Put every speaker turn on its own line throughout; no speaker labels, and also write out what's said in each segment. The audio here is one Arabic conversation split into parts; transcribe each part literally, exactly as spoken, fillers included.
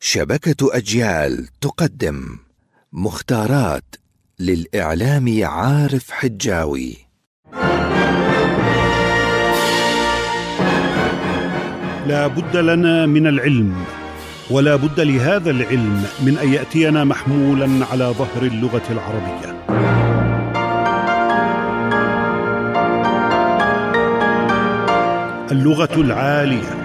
شبكة أجيال تقدم مختارات للإعلامي عارف حجاوي.
لا بد لنا من العلم، ولا بد لهذا العلم من أن يأتينا محمولا على ظهر اللغة العربية. اللغة العالية.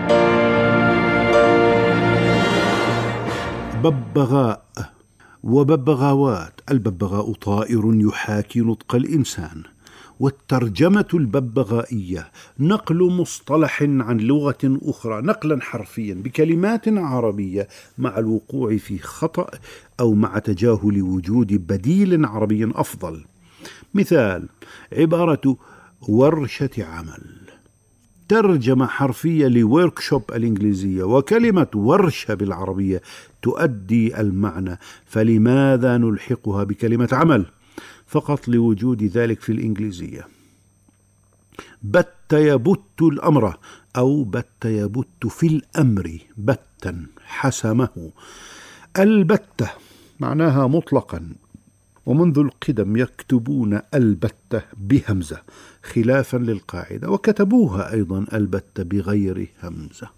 ببغاء وببغاوات. الببغاء طائر يحاكي نطق الإنسان، والترجمة الببغائية نقل مصطلح عن لغة أخرى نقلا حرفيا بكلمات عربية مع الوقوع في خطأ أو مع تجاهل وجود بديل عربي أفضل. مثال: عبارة ورشة عمل، ترجمة حرفية لوركشوب الإنجليزية، وكلمة ورشة بالعربية تؤدي المعنى، فلماذا نلحقها بكلمة عمل فقط لوجود ذلك في الإنجليزية؟ بت يبت الأمر، أو بت يبت في الأمر بتا حسمه. البتة معناها مطلقا، ومنذ القدم يكتبون البتة بهمزة خلافا للقاعدة، وكتبوها أيضا البتة بغير همزة.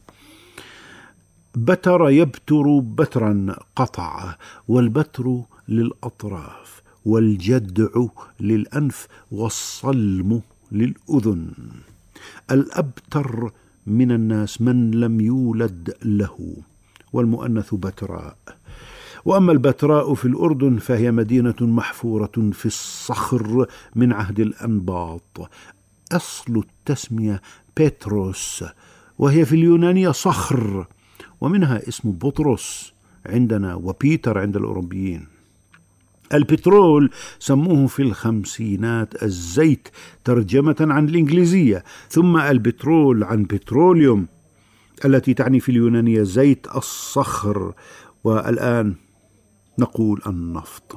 بتر يبتر بترا قطع، والبتر للأطراف، والجدع للأنف، والصلم للأذن. الأبتر من الناس من لم يولد له، والمؤنث بتراء. وأما البتراء في الأردن فهي مدينة محفورة في الصخر من عهد الأنباط. أصل التسمية بيتروس، وهي في اليونانية صخر، ومنها اسم بطرس عندنا وبيتر عند الأوروبيين. البترول سموه في الخمسينات الزيت ترجمة عن الإنجليزية، ثم البترول عن بتروليوم التي تعني في اليونانية زيت الصخر، والآن نقول النفط.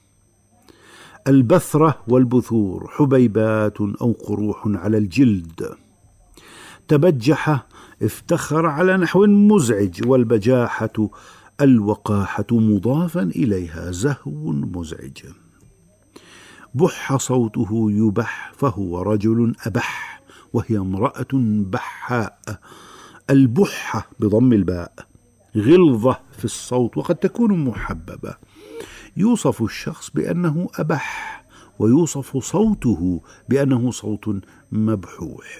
البثرة والبثور حبيبات أو قروح على الجلد. تبجح افتخر على نحو مزعج، والبجاحة الوقاحة مضافا إليها زهو مزعج. بح صوته يبح، فهو رجل أبح، وهي امرأة بحاء. البحة بضم الباء غلظة في الصوت، وقد تكون محببة. يوصف الشخص بأنه أبح، ويوصف صوته بأنه صوت مبحوح.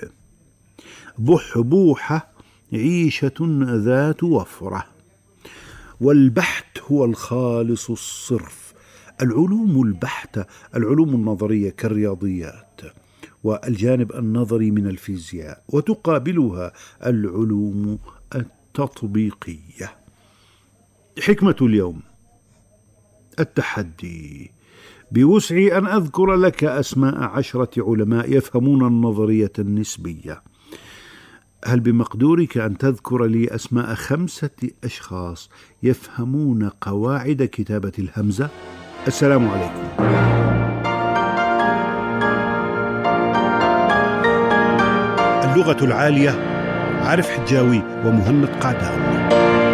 بحبوحة عيشة ذات وفرة. والبحت هو الخالص الصرف. العلوم البحتة العلوم النظرية كالرياضيات والجانب النظري من الفيزياء، وتقابلها العلوم التطبيقية. حكمة اليوم: التحدي. بوسعي أن أذكر لك أسماء عشرة علماء يفهمون النظرية النسبية. هل بمقدورك أن تذكر لي أسماء خمسة أشخاص يفهمون قواعد كتابة الهمزة؟ السلام عليكم. اللغة العالية، عارف حجاوي ومهند قعدان.